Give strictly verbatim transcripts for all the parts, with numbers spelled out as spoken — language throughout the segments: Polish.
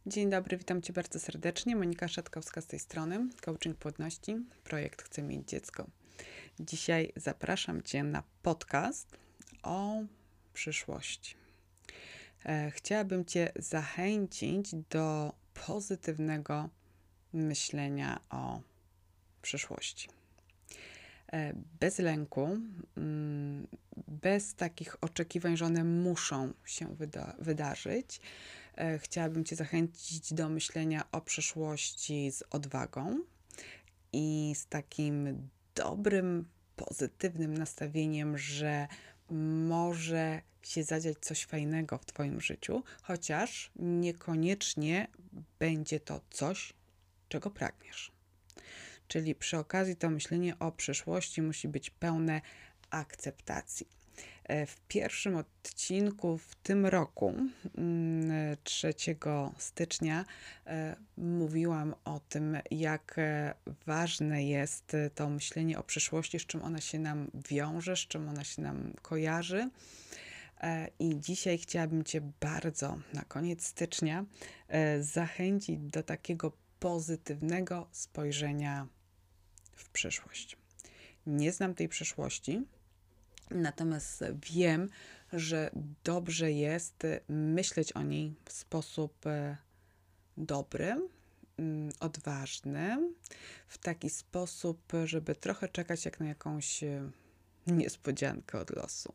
Dzień dobry, witam Cię bardzo serdecznie. Monika Szatkowska z tej strony, Coaching Płodności, projekt Chcę mieć dziecko. Dzisiaj zapraszam Cię na podcast o przyszłości. E, chciałabym Cię zachęcić do pozytywnego myślenia o przyszłości. E, bez lęku, mm, bez takich oczekiwań, że one muszą się wyda- wydarzyć. E, Chciałabym Cię zachęcić do myślenia o przyszłości z odwagą i z takim dobrym, pozytywnym nastawieniem, że może się zadziać coś fajnego w Twoim życiu, chociaż niekoniecznie będzie to coś, czego pragniesz. Czyli przy okazji to myślenie o przyszłości musi być pełne akceptacji. W pierwszym odcinku w tym roku, trzeciego stycznia, mówiłam o tym, jak ważne jest to myślenie o przyszłości, z czym ona się nam wiąże, z czym ona się nam kojarzy. I dzisiaj chciałabym Cię bardzo na koniec stycznia zachęcić do takiego pozytywnego spojrzenia w przyszłość. Nie znam tej przyszłości, natomiast wiem, że dobrze jest myśleć o niej w sposób dobry, odważny, w taki sposób, żeby trochę czekać jak na jakąś niespodziankę od losu.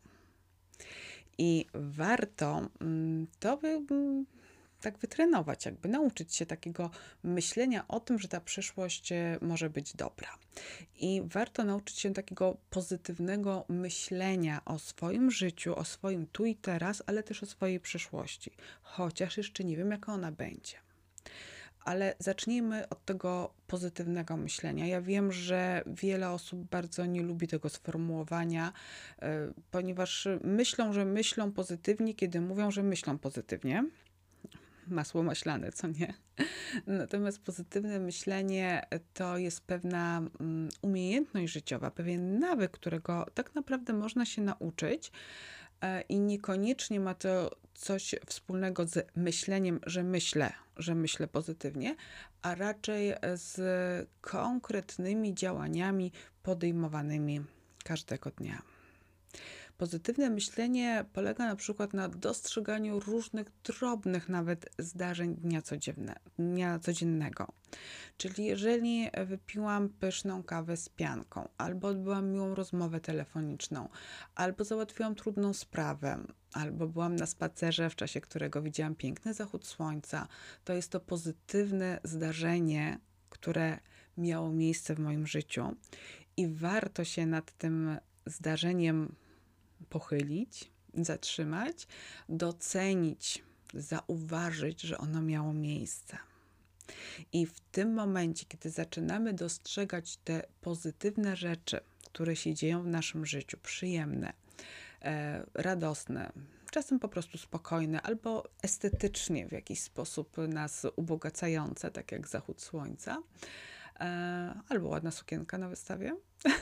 I warto to by tak wytrenować, jakby nauczyć się takiego myślenia o tym, że ta przyszłość może być dobra. I warto nauczyć się takiego pozytywnego myślenia o swoim życiu, o swoim tu i teraz, ale też o swojej przyszłości. Chociaż jeszcze nie wiem, jaka ona będzie. Ale zacznijmy od tego pozytywnego myślenia. Ja wiem, że wiele osób bardzo nie lubi tego sformułowania, ponieważ myślą, że myślą pozytywnie, kiedy mówią, że myślą pozytywnie. Masło maślane, co nie? Natomiast pozytywne myślenie to jest pewna umiejętność życiowa, pewien nawyk, którego tak naprawdę można się nauczyć i niekoniecznie ma to coś wspólnego z myśleniem, że myślę, że myślę pozytywnie, a raczej z konkretnymi działaniami podejmowanymi każdego dnia. Pozytywne myślenie polega na przykład na dostrzeganiu różnych drobnych nawet zdarzeń dnia, codzienne, dnia codziennego. Czyli jeżeli wypiłam pyszną kawę z pianką, albo odbyłam miłą rozmowę telefoniczną, albo załatwiłam trudną sprawę, albo byłam na spacerze, w czasie którego widziałam piękny zachód słońca, to jest to pozytywne zdarzenie, które miało miejsce w moim życiu i warto się nad tym zdarzeniem pochylić, zatrzymać, docenić, zauważyć, że ono miało miejsce. I w tym momencie, kiedy zaczynamy dostrzegać te pozytywne rzeczy, które się dzieją w naszym życiu, przyjemne, e, radosne, czasem po prostu spokojne, albo estetycznie w jakiś sposób nas ubogacające, tak jak zachód słońca, e, albo ładna sukienka na wystawie,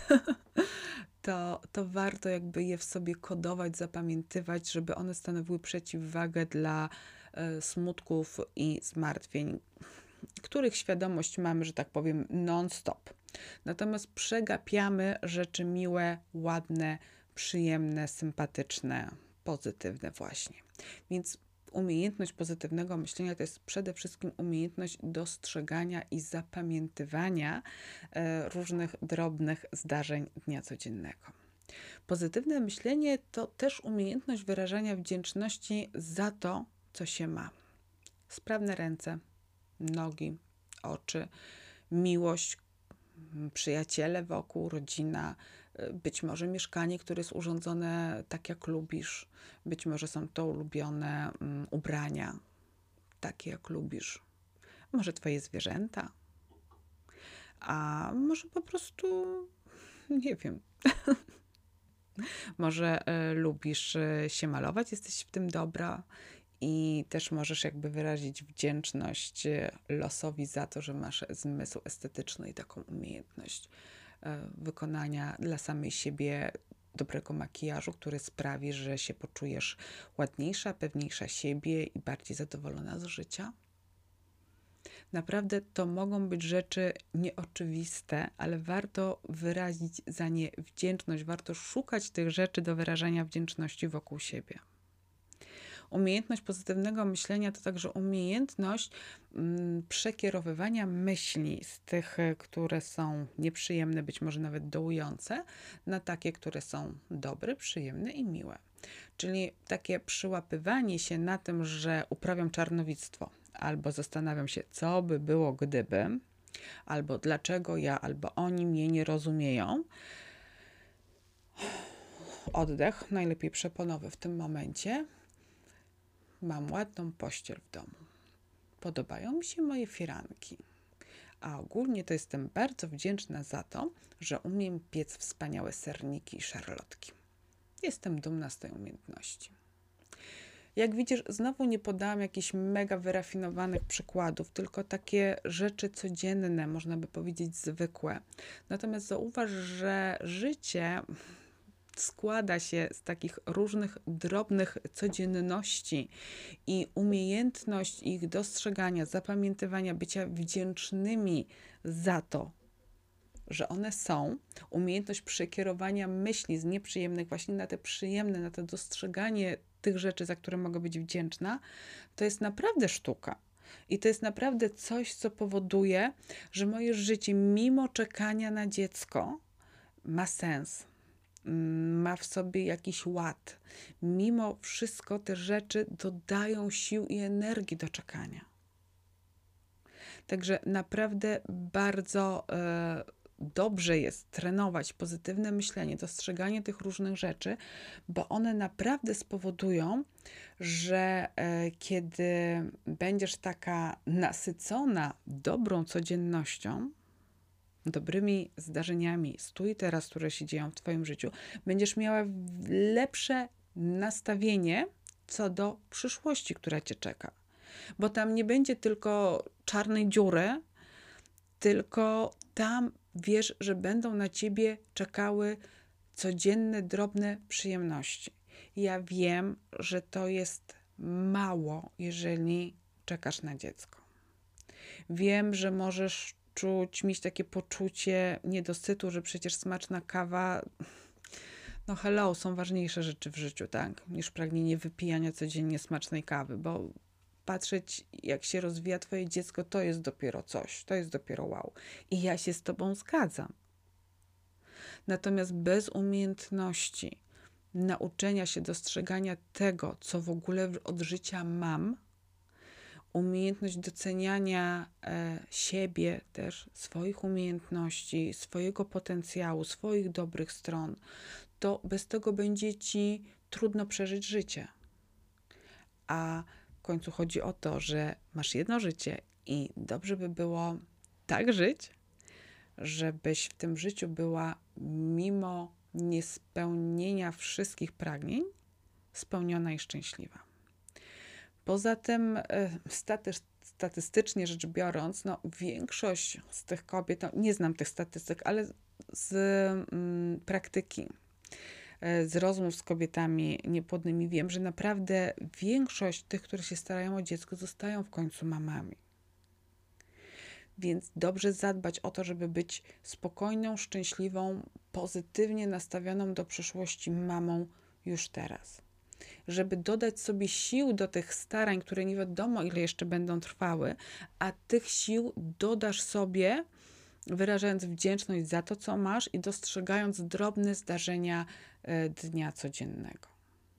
to, to warto jakby je w sobie kodować, zapamiętywać, żeby one stanowiły przeciwwagę dla e, smutków i zmartwień, których świadomość mamy, że tak powiem, non-stop. Natomiast przegapiamy rzeczy miłe, ładne, przyjemne, sympatyczne, pozytywne właśnie. Więc umiejętność pozytywnego myślenia to jest przede wszystkim umiejętność dostrzegania i zapamiętywania e, różnych drobnych zdarzeń dnia codziennego. Pozytywne myślenie to też umiejętność wyrażania wdzięczności za to, co się ma. Sprawne ręce, nogi, oczy, miłość, przyjaciele wokół, rodzina, być może mieszkanie, które jest urządzone tak, jak lubisz. Być może są to ulubione um, ubrania, takie jak lubisz. Może twoje zwierzęta, a może po prostu, nie wiem, może y, lubisz y, się malować, jesteś w tym dobra i też możesz jakby wyrazić wdzięczność losowi za to, że masz zmysł estetyczny i taką umiejętność wykonania dla samej siebie dobrego makijażu, który sprawi, że się poczujesz ładniejsza, pewniejsza siebie i bardziej zadowolona z życia. Naprawdę to mogą być rzeczy nieoczywiste, ale warto wyrazić za nie wdzięczność, warto szukać tych rzeczy do wyrażania wdzięczności wokół siebie. Umiejętność pozytywnego myślenia to także umiejętność mm, przekierowywania myśli z tych, e, które są nieprzyjemne, być może nawet dołujące, na takie, które są dobre, przyjemne i miłe. Czyli takie przyłapywanie się na tym, że uprawiam czarnowictwo, albo zastanawiam się, co by było gdyby, albo dlaczego ja, albo oni mnie nie rozumieją. Oddech, najlepiej przeponowy w tym momencie. Mam ładną pościel w domu. Podobają mi się moje firanki. A ogólnie to jestem bardzo wdzięczna za to, że umiem piec wspaniałe serniki i szarlotki. Jestem dumna z tej umiejętności. Jak widzisz, znowu nie podałam jakichś mega wyrafinowanych przykładów, tylko takie rzeczy codzienne, można by powiedzieć zwykłe. Natomiast zauważ, że życie składa się z takich różnych drobnych codzienności i umiejętność ich dostrzegania, zapamiętywania, bycia wdzięcznymi za to, że one są, umiejętność przekierowania myśli z nieprzyjemnych właśnie na te przyjemne, na to dostrzeganie tych rzeczy, za które mogę być wdzięczna, to jest naprawdę sztuka. I to jest naprawdę coś, co powoduje, że moje życie, mimo czekania na dziecko, ma sens, ma w sobie jakiś ład. Mimo wszystko te rzeczy dodają sił i energii do czekania. Także naprawdę bardzo e, dobrze jest trenować pozytywne myślenie, dostrzeganie tych różnych rzeczy, bo one naprawdę spowodują, że e, kiedy będziesz taka nasycona dobrą codziennością, dobrymi zdarzeniami z tu i teraz, które się dzieją w twoim życiu, będziesz miała lepsze nastawienie co do przyszłości, która cię czeka. Bo tam nie będzie tylko czarnej dziury, tylko tam wiesz, że będą na ciebie czekały codzienne, drobne przyjemności. Ja wiem, że to jest mało, jeżeli czekasz na dziecko. Wiem, że możesz czuć, mieć takie poczucie niedosytu, że przecież smaczna kawa, no hello, są ważniejsze rzeczy w życiu, tak, niż pragnienie wypijania codziennie smacznej kawy, bo patrzeć, jak się rozwija twoje dziecko, to jest dopiero coś, to jest dopiero wow. I ja się z tobą zgadzam. Natomiast bez umiejętności nauczenia się dostrzegania tego, co w ogóle od życia mam, umiejętność doceniania e, siebie też, swoich umiejętności, swojego potencjału, swoich dobrych stron, to bez tego będzie ci trudno przeżyć życie. A w końcu chodzi o to, że masz jedno życie i dobrze by było tak żyć, żebyś w tym życiu była mimo niespełnienia wszystkich pragnień spełniona i szczęśliwa. Poza tym statystycznie rzecz biorąc, no, większość z tych kobiet, no, nie znam tych statystyk, ale z mm, praktyki, z rozmów z kobietami niepłodnymi wiem, że naprawdę większość tych, które się starają o dziecko, zostają w końcu mamami. Więc dobrze zadbać o to, żeby być spokojną, szczęśliwą, pozytywnie nastawioną do przyszłości mamą już teraz. Żeby dodać sobie sił do tych starań, które nie wiadomo ile jeszcze będą trwały, a tych sił dodasz sobie, wyrażając wdzięczność za to, co masz i dostrzegając drobne zdarzenia dnia codziennego.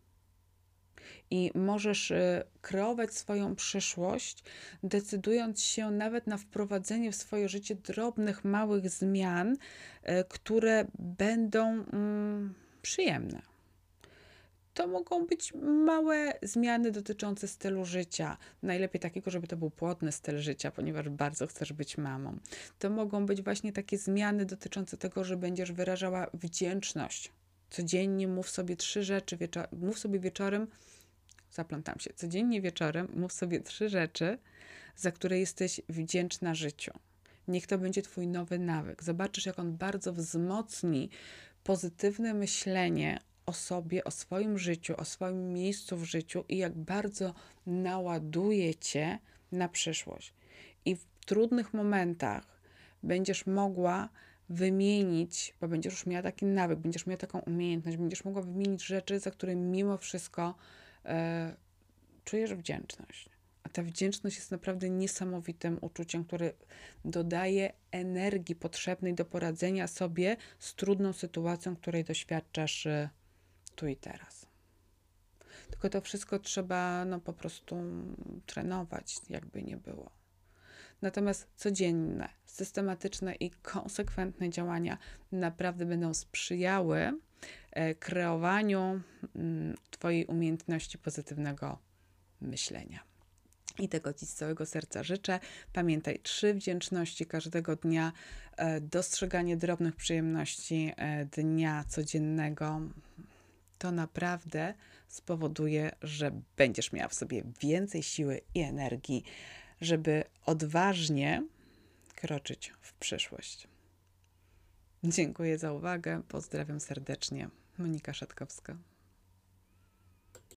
I możesz kreować swoją przyszłość, decydując się nawet na wprowadzenie w swoje życie drobnych, małych zmian, które będą mm, przyjemne. To mogą być małe zmiany dotyczące stylu życia. Najlepiej takiego, żeby to był płodny styl życia, ponieważ bardzo chcesz być mamą. To mogą być właśnie takie zmiany dotyczące tego, że będziesz wyrażała wdzięczność. Codziennie mów sobie trzy rzeczy, mów sobie wieczorem, zaplątam się, codziennie wieczorem mów sobie trzy rzeczy, za które jesteś wdzięczna życiu. Niech to będzie twój nowy nawyk. Zobaczysz, jak on bardzo wzmocni pozytywne myślenie o sobie, o swoim życiu, o swoim miejscu w życiu i jak bardzo naładuje cię na przyszłość. I trudnych momentach będziesz mogła wymienić, bo będziesz już miała taki nawyk, będziesz miała taką umiejętność, będziesz mogła wymienić rzeczy, za które mimo wszystko e, czujesz wdzięczność. A ta wdzięczność jest naprawdę niesamowitym uczuciem, które dodaje energii potrzebnej do poradzenia sobie z trudną sytuacją, której doświadczasz e, tu i teraz. Tylko to wszystko trzeba no, po prostu trenować, jakby nie było. Natomiast codzienne, systematyczne i konsekwentne działania naprawdę będą sprzyjały e, kreowaniu mm, Twojej umiejętności pozytywnego myślenia. I tego Ci z całego serca życzę. Pamiętaj, trzy wdzięczności każdego dnia, e, dostrzeganie drobnych przyjemności e, dnia codziennego. To naprawdę spowoduje, że będziesz miała w sobie więcej siły i energii, żeby odważnie kroczyć w przyszłość. Dziękuję za uwagę. Pozdrawiam serdecznie. Monika Szatkowska.